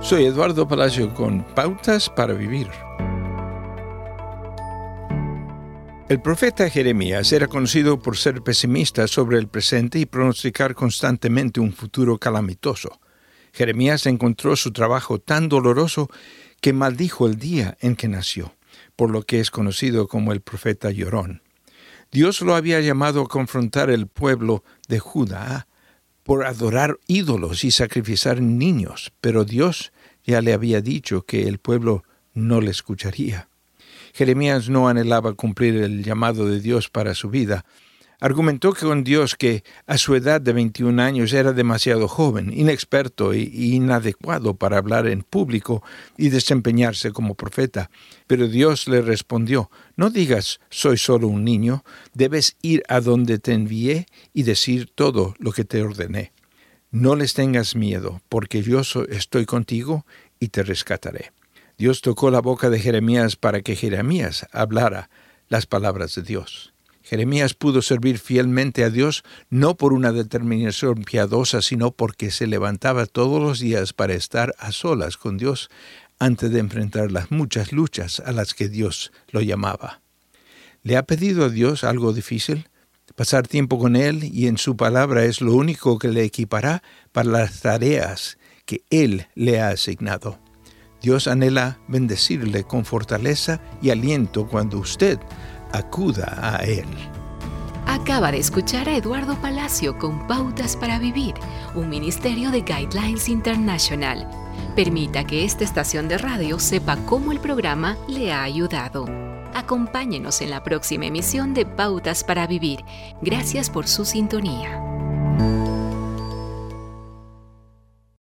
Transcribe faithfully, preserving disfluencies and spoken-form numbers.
Soy Eduardo Palacio con Pautas para Vivir. El profeta Jeremías era conocido por ser pesimista sobre el presente y pronosticar constantemente un futuro calamitoso. Jeremías encontró su trabajo tan doloroso que maldijo el día en que nació, por lo que es conocido como el profeta llorón. Dios lo había llamado a confrontar el pueblo de Judá por adorar ídolos y sacrificar niños, pero Dios ya le había dicho que el pueblo no le escucharía. Jeremías no anhelaba cumplir el llamado de Dios para su vida. Argumentó con Dios que a su edad de veintiún años era demasiado joven, inexperto e inadecuado para hablar en público y desempeñarse como profeta. Pero Dios le respondió: no digas soy solo un niño, debes ir a donde te envié y decir todo lo que te ordené. No les tengas miedo, porque yo estoy contigo y te rescataré. Dios tocó la boca de Jeremías para que Jeremías hablara las palabras de Dios. Jeremías pudo servir fielmente a Dios no por una determinación piadosa, sino porque se levantaba todos los días para estar a solas con Dios antes de enfrentar las muchas luchas a las que Dios lo llamaba. ¿Le ha pedido a Dios algo difícil? Pasar tiempo con Él y en su palabra es lo único que le equipará para las tareas que Él le ha asignado. Dios anhela bendecirle con fortaleza y aliento cuando usted acuda a Él. Acaba de escuchar a Eduardo Palacio con Pautas para Vivir, un ministerio de Guidelines International. Permita que esta estación de radio sepa cómo el programa le ha ayudado. Acompáñenos en la próxima emisión de Pautas para Vivir. Gracias por su sintonía.